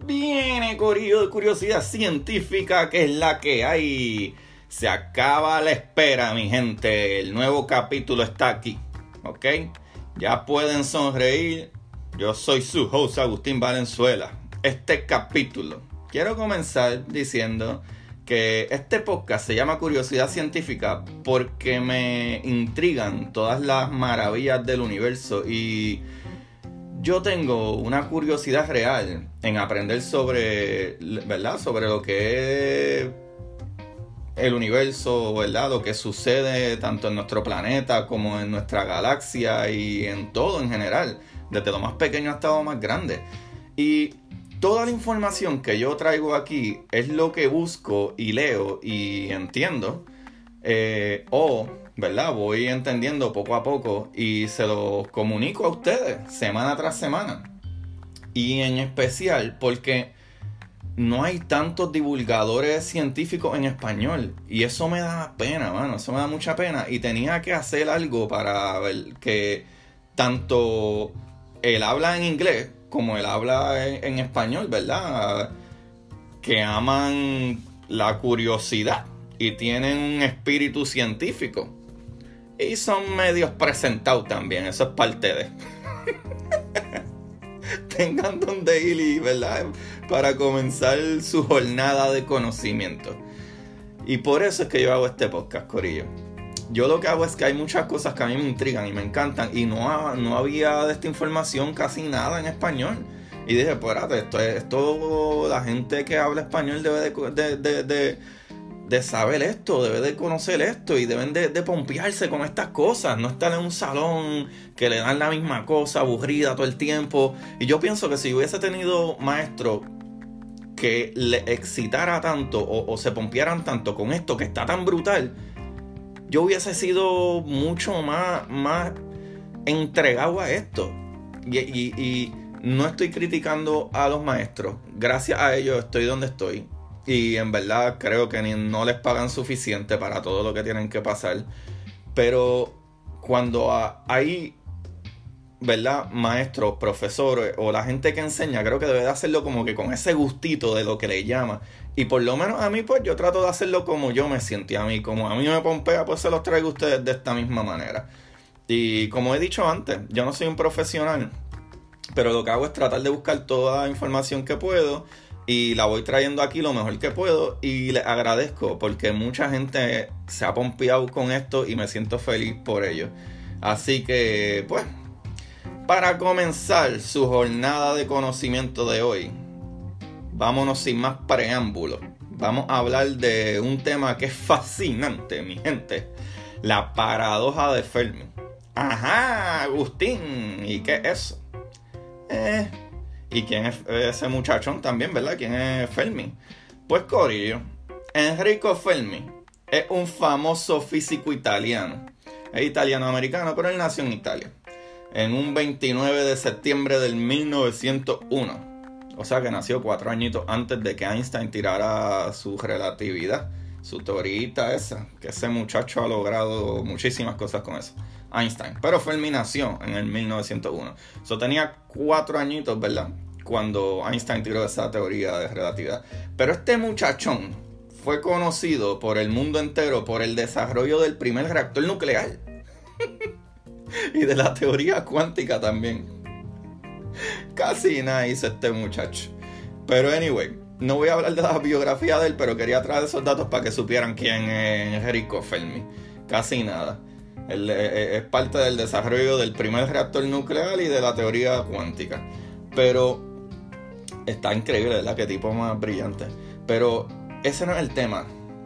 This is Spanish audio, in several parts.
Viene corillo de curiosidad científica, que es la que hay. Se acaba la espera, mi gente. El nuevo capítulo está aquí, ¿ok? Ya pueden sonreír. Yo soy su host, Agustín Valenzuela. Este capítulo, quiero comenzar diciendo que este podcast se llama Curiosidad Científica porque me intrigan todas las maravillas del universo y yo tengo una curiosidad real en aprender sobre, ¿verdad? Sobre lo que es el universo, ¿verdad? Lo que sucede tanto en nuestro planeta como en nuestra galaxia y en todo en general, desde lo más pequeño hasta lo más grande. Y toda la información que yo traigo aquí es lo que busco y leo y entiendo, ¿verdad? Voy entendiendo poco a poco y se lo comunico a ustedes semana tras semana. Y en especial porque no hay tantos divulgadores científicos en español. Y eso me da pena, mano. Eso me da mucha pena. Y tenía que hacer algo para ver que tanto él habla en inglés como él habla en español, ¿verdad? Que aman la curiosidad y tienen un espíritu científico. Y son medios presentados también. Eso es parte de... Tengan donde ir y, ¿verdad? Para comenzar su jornada de conocimiento. Y por eso es que yo hago este podcast, corillo. Yo lo que hago es que hay muchas cosas que a mí me intrigan y me encantan. Y no había de esta información casi nada en español. Y dije, espérate, esto la gente que habla español debe de saber esto, debe de conocer esto y deben de pompearse con estas cosas, no estar en un salón que le dan la misma cosa aburrida todo el tiempo. Y yo pienso que si hubiese tenido maestros que le excitara tanto o se pompearan tanto con esto que está tan brutal, yo hubiese sido mucho más entregado a esto. Y no estoy criticando a los maestros, gracias a ellos estoy donde estoy. Y en verdad creo que no les pagan suficiente para todo lo que tienen que pasar. Pero cuando hay, ¿verdad? Maestros, profesores o la gente que enseña, creo que debe de hacerlo como que con ese gustito de lo que le llama. Y por lo menos a mí, pues yo trato de hacerlo como yo me siento. Y a mí, como a mí me pompea, pues se los traigo a ustedes de esta misma manera. Y como he dicho antes, yo no soy un profesional, pero lo que hago es tratar de buscar toda la información que puedo y la voy trayendo aquí lo mejor que puedo y les agradezco porque mucha gente se ha pompeado con esto y me siento feliz por ello. Así que, pues, para comenzar su jornada de conocimiento de hoy, vámonos sin más preámbulos. Vamos a hablar de un tema que es fascinante, mi gente. La paradoja de Fermi. Ajá, Agustín, ¿y qué es eso? ¿Y quién es ese muchachón también, verdad? ¿Quién es Fermi? Pues corillo, Enrico Fermi es un famoso físico italiano. Es italiano-americano, pero él nació en Italia. En un 29 de septiembre del 1901. O sea que nació 4 añitos antes de que Einstein tirara su relatividad. Su teorita esa. Que ese muchacho ha logrado muchísimas cosas con eso. Einstein. Pero Fermi nació en el 1901. Tenía 4 añitos, ¿verdad? Cuando Einstein tiró esa teoría de relatividad. Pero este muchachón fue conocido por el mundo entero por el desarrollo del primer reactor nuclear. Y de la teoría cuántica también. Casi nada hizo este muchacho. Pero anyway, no voy a hablar de la biografía de él, pero quería traer esos datos para que supieran quién es Enrico Fermi. Casi nada. Él es parte del desarrollo del primer reactor nuclear y de la teoría cuántica. Pero está increíble, ¿verdad? Qué tipo más brillante. Pero ese no es el tema.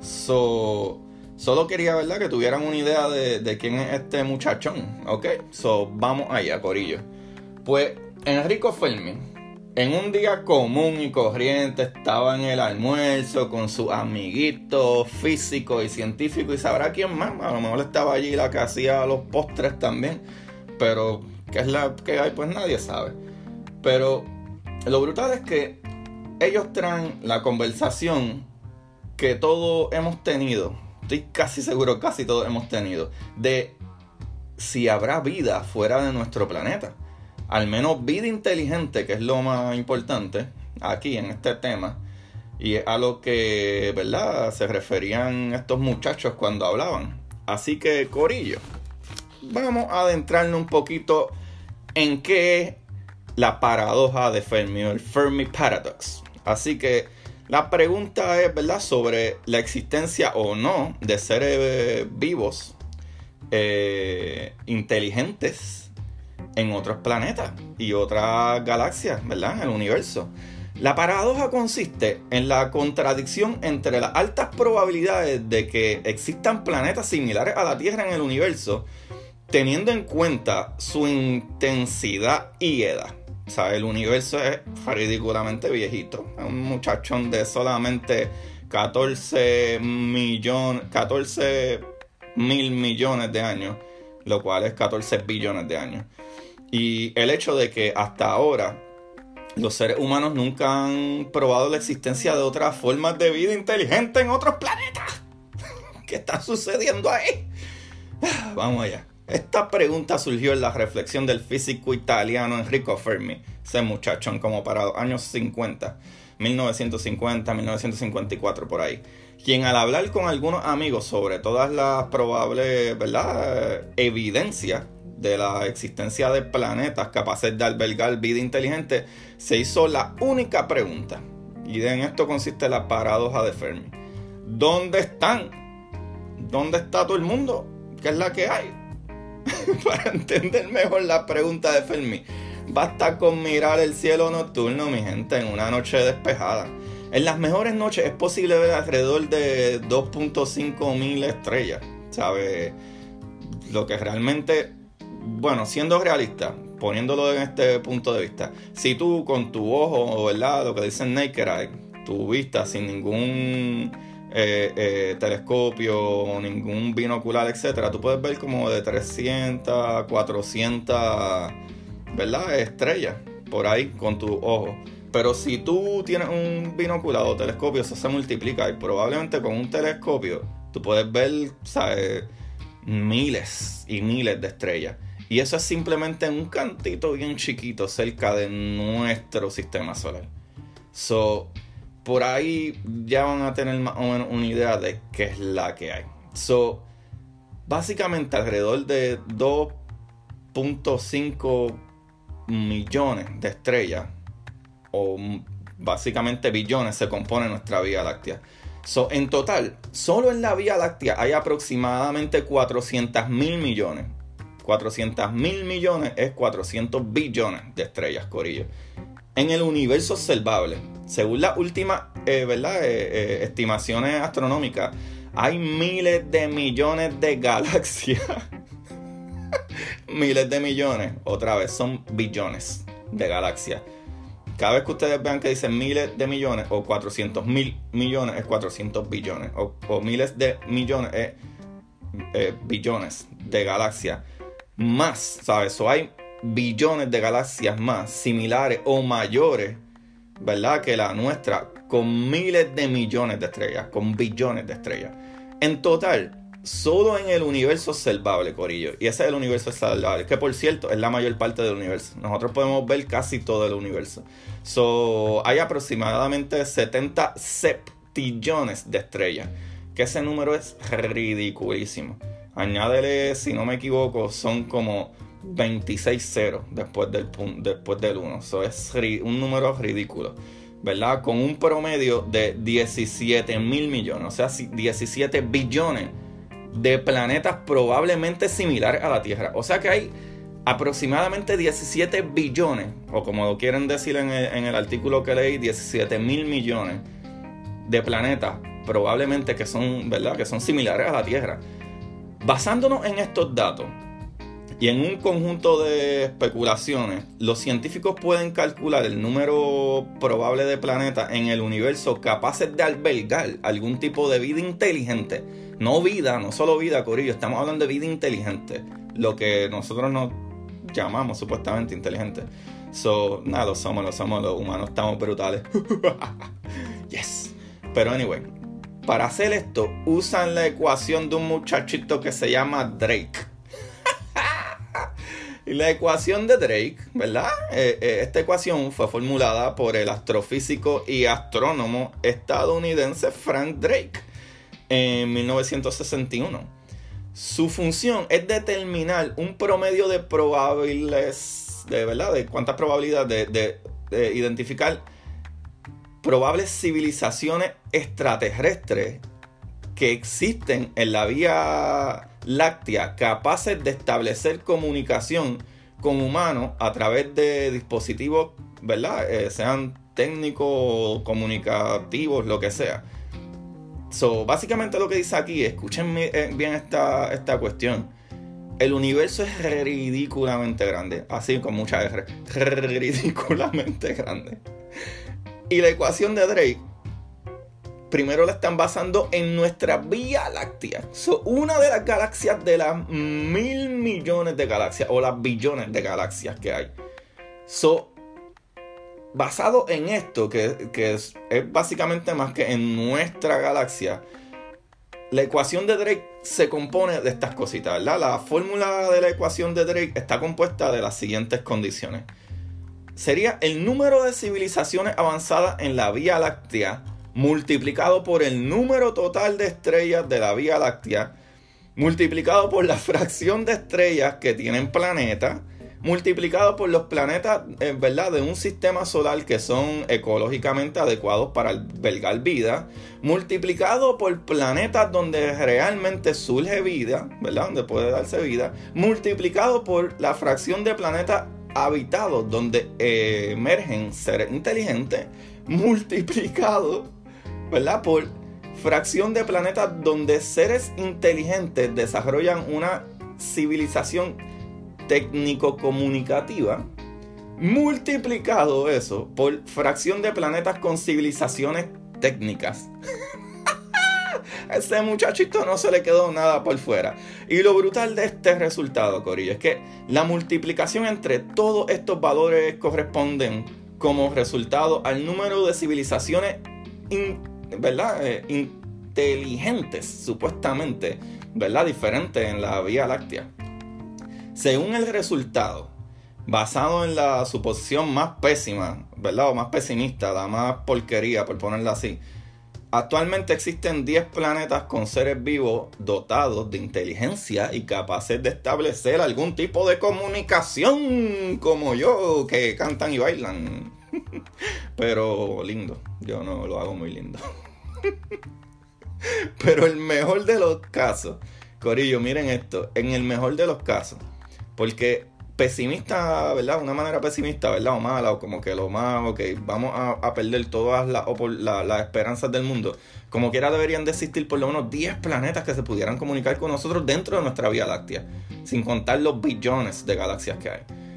Solo quería, ¿verdad? Que tuvieran una idea de quién es este muchachón. ¿Ok? Vamos allá, corillo. Pues Enrico Fermi, en un día común y corriente, estaba en el almuerzo con sus amiguitos físicos y científicos y sabrá quién más. A lo mejor estaba allí la que hacía los postres también. Pero ¿qué es la que hay? Pues nadie sabe. Pero lo brutal es que ellos traen la conversación que todos hemos tenido. Estoy casi seguro, casi todos hemos tenido. De si habrá vida fuera de nuestro planeta. Al menos vida inteligente, que es lo más importante, aquí en este tema. Y es a lo que, ¿verdad?, se referían estos muchachos cuando hablaban. Así que, corillo, vamos a adentrarnos un poquito en qué es la paradoja de Fermi, o el Fermi Paradox. Así que la pregunta es, ¿verdad?, sobre la existencia o no de seres vivos inteligentes en otros planetas y otras galaxias, ¿verdad?, en el universo. La paradoja consiste en la contradicción entre las altas probabilidades de que existan planetas similares a la Tierra en el universo, teniendo en cuenta su intensidad y edad. O sea, el universo es ridículamente viejito. Es un muchachón de solamente 14 mil millones de años, lo cual es 14 billones de años. Y el hecho de que hasta ahora los seres humanos nunca han probado la existencia de otras formas de vida inteligente en otros planetas. ¿Qué está sucediendo ahí? Vamos allá. Esta pregunta surgió en la reflexión del físico italiano Enrico Fermi, ese muchachón como para los años 50, 1950, 1954 por ahí, quien al hablar con algunos amigos sobre todas las probables, ¿verdad?, evidencias de la existencia de planetas capaces de albergar vida inteligente, se hizo la única pregunta, y en esto consiste la paradoja de Fermi: ¿dónde están? ¿Dónde está todo el mundo? ¿Qué es la que hay? Para entender mejor la pregunta de Fermi, basta con mirar el cielo nocturno, mi gente, en una noche despejada. En las mejores noches es posible ver alrededor de 2.5 mil estrellas, ¿sabes? Lo que realmente, bueno, siendo realista, poniéndolo en este punto de vista, si tú con tu ojo, ¿verdad?, lo que dicen naked eye, tu vista sin ningún telescopio o ningún binocular, etcétera, tú puedes ver como de 300, 400, ¿verdad?, estrellas por ahí con tu ojo. Pero si tú tienes un binocular o telescopio, eso se multiplica, y probablemente con un telescopio tú puedes ver, ¿sabes?, miles y miles de estrellas. Y eso es simplemente en un cantito bien chiquito cerca de nuestro sistema solar. So, por ahí ya van a tener más o menos una idea de qué es la que hay. So, básicamente alrededor de 2.5 millones de estrellas, o básicamente billones, se compone nuestra Vía Láctea. So, en total, solo en la Vía Láctea hay aproximadamente 400 mil millones. 400 mil millones es 400 billones de estrellas, corillo. En el universo observable, según las últimas estimaciones astronómicas, hay miles de millones de galaxias. Miles de millones, otra vez, son billones de galaxias. Cada vez que ustedes vean que dicen miles de millones o 400 mil millones, es 400 billones. O miles de millones es billones de galaxias. Más, ¿sabes? O hay billones de galaxias más similares o mayores, ¿verdad?, que la nuestra, con miles de millones de estrellas, con billones de estrellas. En total, solo en el universo observable, corillo, y ese es el universo observable, que por cierto es la mayor parte del universo. Nosotros podemos ver casi todo el universo. So, hay aproximadamente 70 septillones de estrellas, que ese número es ridiculísimo. Añádele, si no me equivoco, son como 26 ceros después del 1. Eso es un número ridículo, ¿verdad? Con un promedio de 17 mil millones, o sea, 17 billones de planetas probablemente similares a la Tierra. O sea que hay aproximadamente 17 billones, o como lo quieren decir en el artículo que leí, 17 mil millones de planetas probablemente que son, ¿verdad?, que son similares a la Tierra. Basándonos en estos datos y en un conjunto de especulaciones, los científicos pueden calcular el número probable de planetas en el universo capaces de albergar algún tipo de vida inteligente. No vida, no solo vida, corillo, estamos hablando de vida inteligente, lo que nosotros nos llamamos supuestamente inteligente. So, nada, lo somos los humanos, estamos brutales. Yes. Pero anyway, para hacer esto, usan la ecuación de un muchachito que se llama Drake. Y la ecuación de Drake, ¿verdad? Esta ecuación fue formulada por el astrofísico y astrónomo estadounidense Frank Drake en 1961. Su función es determinar un promedio de probabilidades, ¿verdad? De cuántas probabilidades de identificar probables civilizaciones extraterrestres que existen en la Vía Láctea capaces de establecer comunicación con humanos a través de dispositivos, ¿verdad? Sean técnicos, comunicativos, lo que sea. Básicamente lo que dice aquí, escuchen bien esta cuestión. El universo es ridículamente grande, así con mucha R, ridículamente grande. Y la ecuación de Drake primero la están basando en nuestra Vía Láctea. Una de las galaxias de las 1.000 millones de galaxias o las billones de galaxias que hay. Basado en esto, que es básicamente más que en nuestra galaxia, la ecuación de Drake se compone de estas cositas, ¿verdad? La fórmula de la ecuación de Drake está compuesta de las siguientes condiciones. Sería el número de civilizaciones avanzadas en la Vía Láctea multiplicado por el número total de estrellas de la Vía Láctea, multiplicado por la fracción de estrellas que tienen planetas, multiplicado por los planetas, ¿verdad?, de un sistema solar que son ecológicamente adecuados para albergar vida, multiplicado por planetas donde realmente surge vida, ¿verdad?, donde puede darse vida, multiplicado por la fracción de planetas habitados donde emergen seres inteligentes, multiplicado, ¿verdad?, por fracción de planetas donde seres inteligentes desarrollan una civilización técnico-comunicativa, multiplicado eso por fracción de planetas con civilizaciones técnicas. Ese muchachito no se le quedó nada por fuera. Y lo brutal de este resultado, corillo, es que la multiplicación entre todos estos valores corresponden como resultado al número de civilizaciones ¿verdad? Inteligentes, supuestamente, ¿verdad?, diferentes en la Vía Láctea. Según el resultado, basado en la suposición más pésima, ¿verdad?, o más pesimista, la más porquería, por ponerla así, actualmente existen 10 planetas con seres vivos dotados de inteligencia y capaces de establecer algún tipo de comunicación, como yo, que cantan y bailan. Pero lindo, yo no lo hago muy lindo. Pero el mejor de los casos, corillo, miren esto, en el mejor de los casos, porque pesimista, ¿verdad?, una manera pesimista, ¿verdad?, o mala, o como que lo más, ok, vamos a perder todas las esperanzas del mundo, como quiera deberían de existir por lo menos 10 planetas que se pudieran comunicar con nosotros dentro de nuestra Vía Láctea, sin contar los billones de galaxias que hay.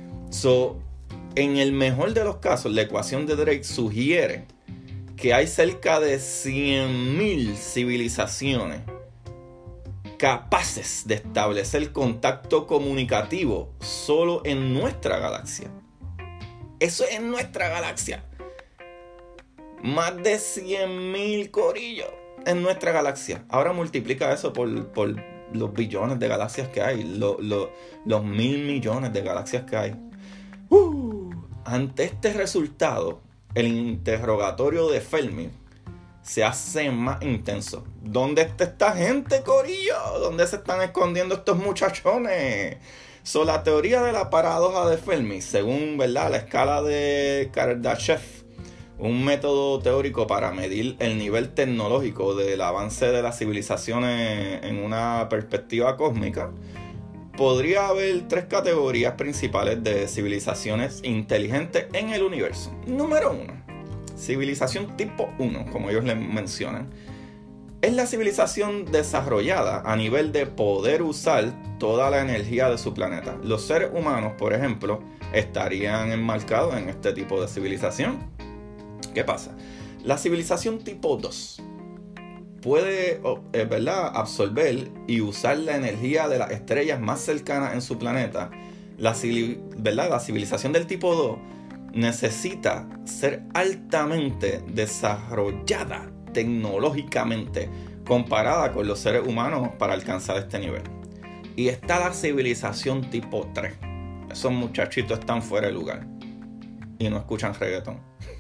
En el mejor de los casos, la ecuación de Drake sugiere que hay cerca de 100.000 civilizaciones capaces de establecer contacto comunicativo solo en nuestra galaxia. Eso es en nuestra galaxia. Más de 100.000 corillos en nuestra galaxia. Ahora multiplica eso por los billones de galaxias que hay, los 1.000 millones de galaxias que hay. Ante este resultado, el interrogatorio de Fermi se hace más intenso. ¿Dónde está esta gente, corillo? ¿Dónde se están escondiendo estos muchachones? La teoría de la paradoja de Fermi, según, ¿verdad?, la escala de Kardashev, un método teórico para medir el nivel tecnológico del avance de las civilizaciones en una perspectiva cósmica, podría haber 3 categorías principales de civilizaciones inteligentes en el universo. Número 1. Civilización tipo 1, como ellos le mencionan. Es la civilización desarrollada a nivel de poder usar toda la energía de su planeta. Los seres humanos, por ejemplo, estarían enmarcados en este tipo de civilización. ¿Qué pasa? La civilización tipo 2 puede, ¿verdad?, absorber y usar la energía de las estrellas más cercanas en su planeta. ¿Verdad? La civilización del tipo 2 necesita ser altamente desarrollada tecnológicamente comparada con los seres humanos para alcanzar este nivel. Y está la civilización tipo 3. esos muchachitos están fuera de lugar y no escuchan reggaetón.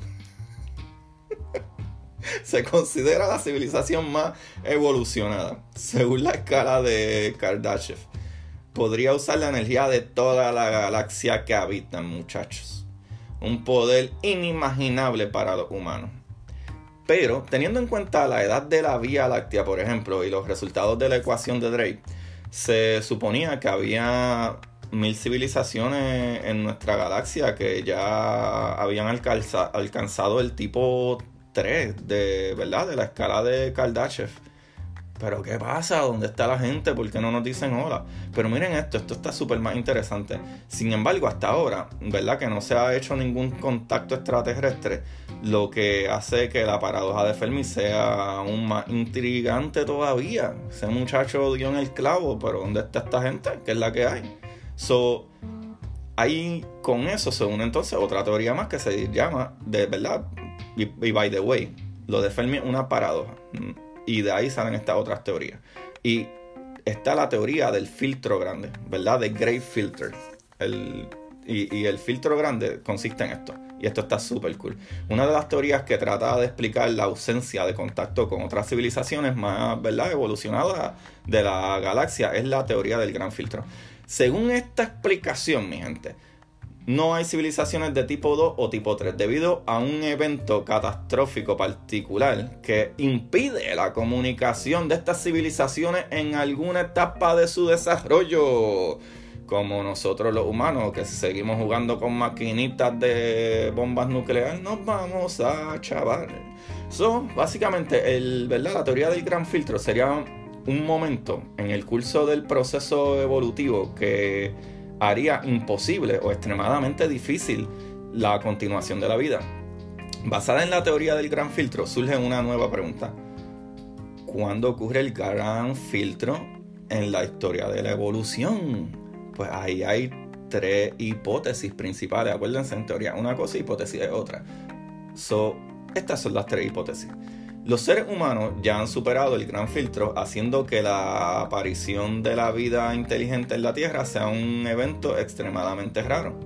Se considera la civilización más evolucionada, según la escala de Kardashev. Podría usar la energía de toda la galaxia que habitan, muchachos. Un poder inimaginable para los humanos. Pero, teniendo en cuenta la edad de la Vía Láctea, por ejemplo, y los resultados de la ecuación de Drake, se suponía que había 1000 civilizaciones en nuestra galaxia que ya habían alcanzado el tipo 3 de, ¿verdad?, de la escala de Kardashev. Pero ¿qué pasa? ¿Dónde está la gente? ¿Por qué no nos dicen hola? Pero miren esto está súper más interesante. Sin embargo, hasta ahora, ¿verdad?, que no se ha hecho ningún contacto extraterrestre, lo que hace que la paradoja de Fermi sea aún más intrigante todavía. Ese muchacho dio en el clavo, pero ¿dónde está esta gente? ¿Qué es la que hay? Ahí con eso se une entonces otra teoría más que se llama, de verdad, y by the way, lo de Fermi es una paradoja. Y de ahí salen estas otras teorías. Y está la teoría del filtro grande, ¿verdad? De Great Filter. Y el filtro grande consiste en esto. Y esto está súper cool. Una de las teorías que trata de explicar la ausencia de contacto con otras civilizaciones más, ¿verdad?, evolucionadas de la galaxia es la teoría del gran filtro. Según esta explicación, mi gente, no hay civilizaciones de tipo 2 o tipo 3 debido a un evento catastrófico particular que impide la comunicación de estas civilizaciones en alguna etapa de su desarrollo. Como nosotros los humanos, que si seguimos jugando con maquinitas de bombas nucleares, nos vamos a chavar. Básicamente, ¿verdad?, la teoría del gran filtro sería un momento en el curso del proceso evolutivo que haría imposible o extremadamente difícil la continuación de la vida. Basada en la teoría del gran filtro, surge una nueva pregunta. ¿Cuándo ocurre el gran filtro en la historia de la evolución? Pues ahí hay 3 hipótesis principales. Acuérdense, en teoría una cosa y hipótesis es otra. Estas son las 3 hipótesis. Los seres humanos ya han superado el gran filtro, haciendo que la aparición de la vida inteligente en la Tierra sea un evento extremadamente raro.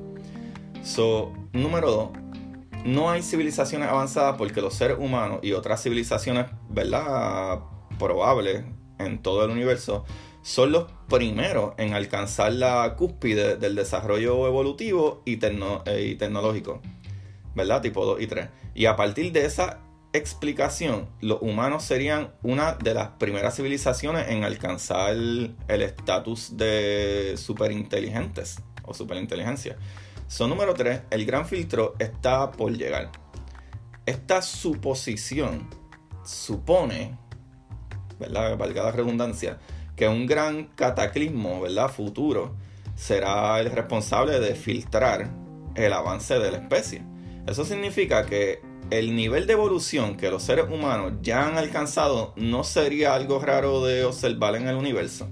Número 2. No hay civilizaciones avanzadas porque los seres humanos y otras civilizaciones, ¿verdad?, probables en todo el universo, son los primeros en alcanzar la cúspide del desarrollo evolutivo y tecnológico, ¿verdad?, tipo 2 y 3. Y a partir de esa explicación, los humanos serían una de las primeras civilizaciones en alcanzar el estatus de superinteligentes o superinteligencia. Número 3, el gran filtro está por llegar. Esta suposición supone, ¿verdad?, valga la redundancia, que un gran cataclismo, ¿verdad?, futuro será el responsable de filtrar el avance de la especie. Eso significa que el nivel de evolución que los seres humanos ya han alcanzado no sería algo raro de observar en el universo.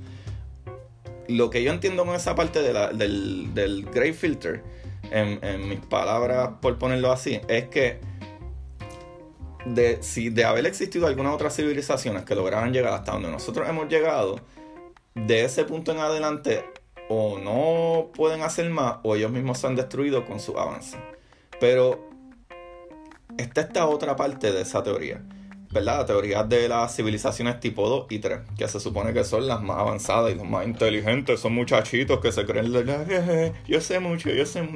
Lo que yo entiendo con esa parte del Great Filter, en mis palabras, por ponerlo así, es que si de haber existido algunas otras civilizaciones que lograran llegar hasta donde nosotros hemos llegado, de ese punto en adelante o no pueden hacer más o ellos mismos se han destruido con su avance. Pero está esta otra parte de esa teoría, ¿verdad? La teoría de las civilizaciones tipo 2 y 3, que se supone que son las más avanzadas y los más inteligentes. Son muchachitos que se creen, yo sé mucho.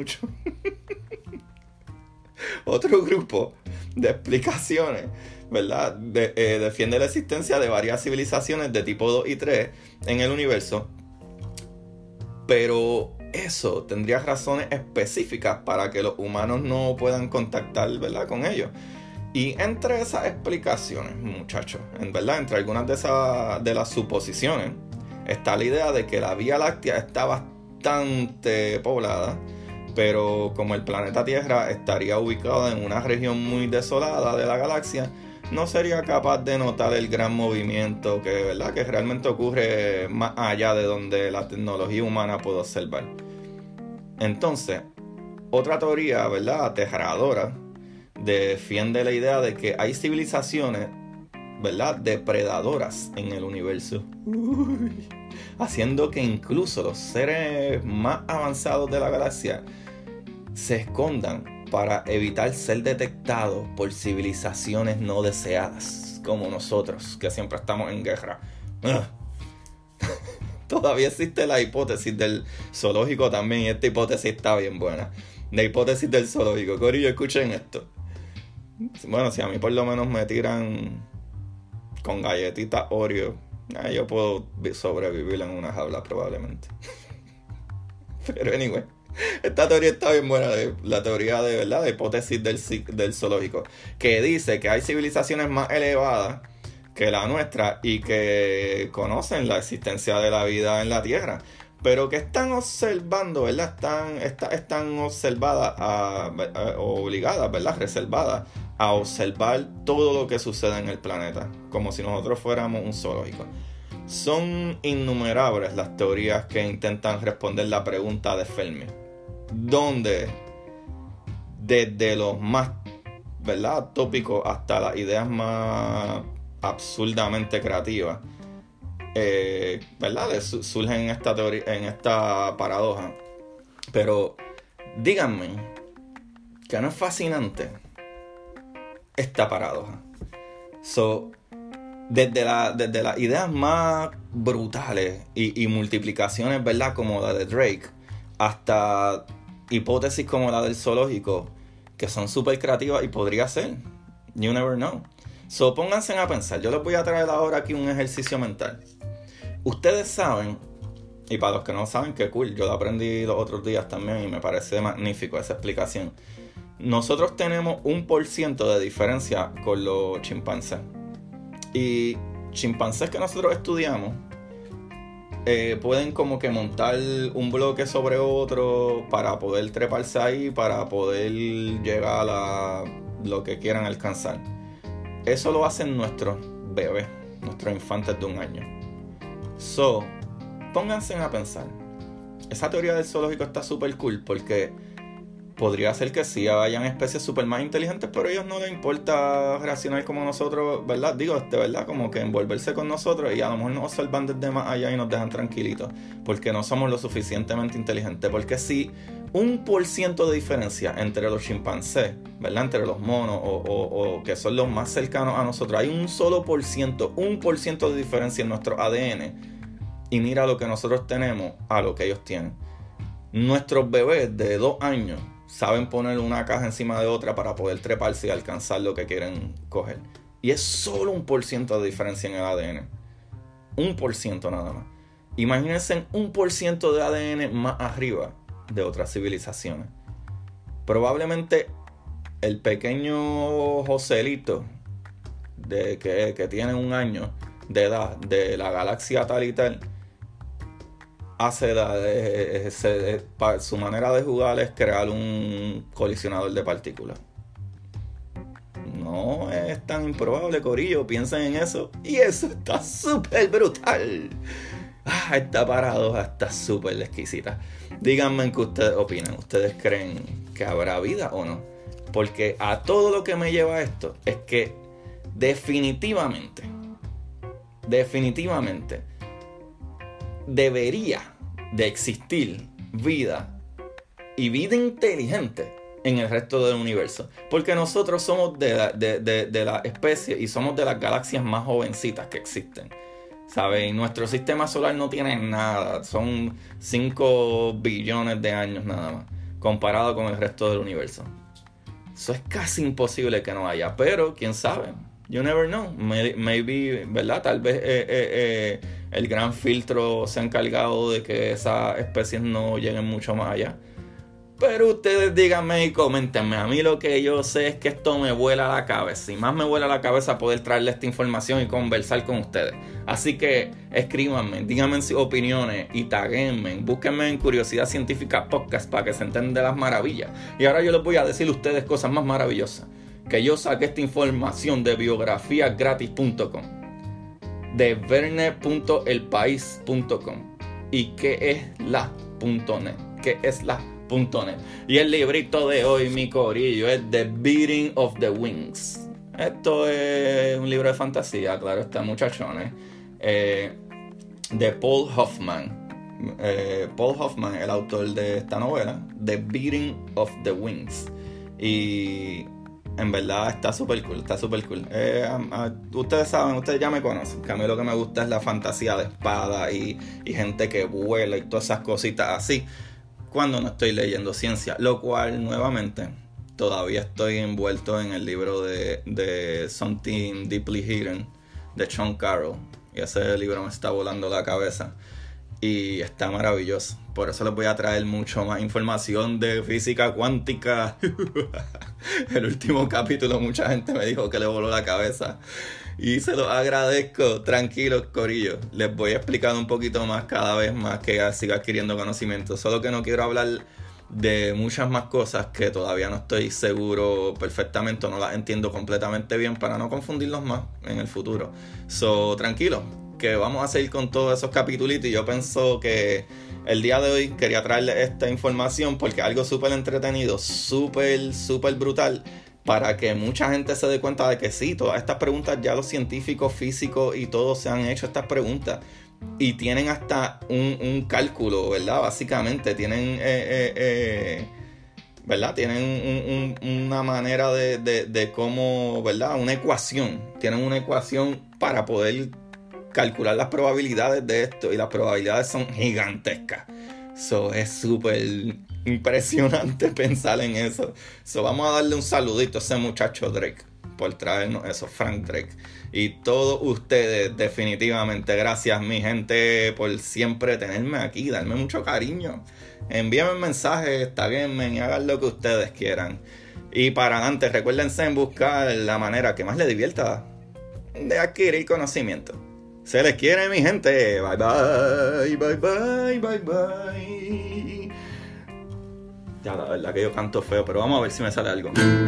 Otro grupo de explicaciones, ¿verdad?, defiende la existencia de varias civilizaciones de tipo 2 y 3 en el universo, pero eso tendría razones específicas para que los humanos no puedan contactar, ¿verdad?, con ellos. Y entre esas explicaciones, muchachos, ¿verdad?, entre algunas de las suposiciones, está la idea de que la Vía Láctea está bastante poblada, pero como el planeta Tierra estaría ubicado en una región muy desolada de la galaxia, no sería capaz de notar el gran movimiento que realmente ocurre más allá de donde la tecnología humana puede observar. Entonces, otra teoría, ¿verdad?, aterradora, defiende la idea de que hay civilizaciones, ¿verdad?, depredadoras en el universo. Haciendo que incluso los seres más avanzados de la galaxia se escondan para evitar ser detectados por civilizaciones no deseadas, como nosotros, que siempre estamos en guerra. Todavía existe la hipótesis del zoológico también, y esta hipótesis está bien buena. La hipótesis del zoológico. Corillo, escuchen esto. Bueno, si a mí por lo menos me tiran con galletitas Oreo, yo puedo sobrevivir en una jaula probablemente. Pero anyway, esta teoría está bien buena, la teoría de verdad, la hipótesis del zoológico, que dice que hay civilizaciones más elevadas que la nuestra y que conocen la existencia de la vida en la Tierra, pero que están observando, ¿verdad? Están observadas, obligadas, ¿verdad? Reservadas a observar todo lo que sucede en el planeta, como si nosotros fuéramos un zoológico. Son innumerables las teorías que intentan responder la pregunta de Fermi, donde desde los más, ¿verdad?, tópicos hasta las ideas más absurdamente creativas, ¿verdad?, surgen en esta teoría, en esta paradoja. Pero díganme que no es fascinante esta paradoja. Desde las ideas más brutales y multiplicaciones, ¿verdad?, como la de Drake, hasta hipótesis como la del zoológico, que son súper creativas y podría ser. You never know. Pónganse a pensar. Yo les voy a traer ahora aquí un ejercicio mental. Ustedes saben, y para los que no saben, qué cool, yo lo aprendí los otros días también y me parece magnífico esa explicación. Nosotros tenemos 1% de diferencia con los chimpancés. Y chimpancés que nosotros estudiamos pueden como que montar un bloque sobre otro para poder treparse ahí, para poder llegar a lo que quieran alcanzar. Eso lo hacen nuestros bebés, nuestros infantes de 1 año. Pónganse a pensar. Esa teoría del zoológico está súper cool porque podría ser que sí hayan especies súper más inteligentes, pero a ellos no les importa reaccionar como nosotros, ¿verdad? ¿Verdad? Como que envolverse con nosotros y a lo mejor nos observan desde más allá y nos dejan tranquilitos porque no somos lo suficientemente inteligentes. Porque si 1% de diferencia entre los chimpancés, ¿verdad?, entre los monos o que son los más cercanos a nosotros, hay un solo por ciento, 1% de diferencia en nuestro ADN, y mira lo que nosotros tenemos a lo que ellos tienen. Nuestros bebés de 2 años saben poner una caja encima de otra para poder treparse y alcanzar lo que quieren coger. Y es solo 1% de diferencia en el ADN. 1% nada más. Imagínense 1% de ADN más arriba de otras civilizaciones. Probablemente el pequeño Joselito que tiene 1 año de edad de la galaxia tal y tal, su manera de jugar es crear un colisionador de partículas. No es tan improbable, corillo. Piensen en eso. Y eso está súper brutal. Esta paradoja está súper exquisita. Díganme qué ustedes opinan. ¿Ustedes creen que habrá vida o no? Porque a todo lo que me lleva a esto es que definitivamente debería de existir vida y vida inteligente en el resto del universo, porque nosotros somos de la especie y somos de las galaxias más jovencitas que existen, ¿sabes? Y nuestro sistema solar no tiene nada, son 5 billones de años nada más comparado con el resto del universo. Eso es casi imposible que no haya, pero quién sabe. You never know. Maybe, ¿verdad? Tal vez el gran filtro se ha encargado de que esas especies no lleguen mucho más allá. Pero ustedes díganme y coméntenme. A mí lo que yo sé es que esto me vuela la cabeza. Y más me vuela la cabeza poder traerle esta información y conversar con ustedes. Así que escríbanme, díganme sus opiniones y taguenme. Búsquenme en Curiosidad Científica Podcast para que se enteren de las maravillas. Y ahora yo les voy a decir a ustedes cosas más maravillosas. Que yo saqué esta información de biografiagratis.com, de verne.elpaís.com y que es la.net, que es la.net. Y el librito de hoy, mi corillo, es The Beating of the Wings, Esto es un libro de fantasía, claro está, muchachones. De Paul Hoffman. Paul Hoffman, el autor de esta novela, The Beating of the Wings. Y en verdad está súper cool, está súper cool. Ustedes saben, ustedes ya me conocen, que a mí lo que me gusta es la fantasía de espada y gente que vuela y todas esas cositas así, cuando no estoy leyendo ciencia, lo cual nuevamente todavía estoy envuelto en el libro de Something Deeply Hidden de Sean Carroll, y ese libro me está volando la cabeza y está maravilloso. Por eso les voy a traer mucho más información de física cuántica. El último capítulo mucha gente me dijo que le voló la cabeza y se los agradezco. Tranquilos, corillo, les voy a explicar un poquito más cada vez más que siga adquiriendo conocimiento. Solo que no quiero hablar de muchas más cosas que todavía no estoy seguro perfectamente, no las entiendo completamente bien, para no confundirlos más en el futuro. Tranquilo, que vamos a seguir con todos esos capítulos, y yo pienso que el día de hoy quería traerles esta información porque es algo súper entretenido, súper brutal, para que mucha gente se dé cuenta de que sí, todas estas preguntas ya los científicos, físicos y todos se han hecho estas preguntas y tienen hasta un cálculo, ¿verdad? Básicamente tienen ¿verdad? Tienen una manera de cómo, ¿verdad? Una ecuación, tienen una ecuación para poder calcular las probabilidades de esto, y las probabilidades son gigantescas. Es súper impresionante pensar en eso. Vamos a darle un saludito a ese muchacho Drake por traernos eso, Frank Drake. Y todos ustedes, definitivamente, gracias mi gente por siempre tenerme aquí, darme mucho cariño. Envíenme mensajes, taguenme y hagan lo que ustedes quieran. Y para adelante, recuérdense en buscar la manera que más les divierta de adquirir conocimiento. Se les quiere, mi gente. Bye bye, bye bye, bye bye. Ya, la verdad que yo canto feo, pero vamos a ver si me sale algo.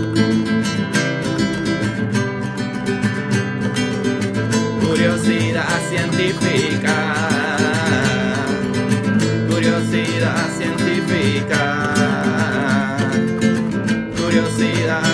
Curiosidad científica. Curiosidad científica. Curiosidad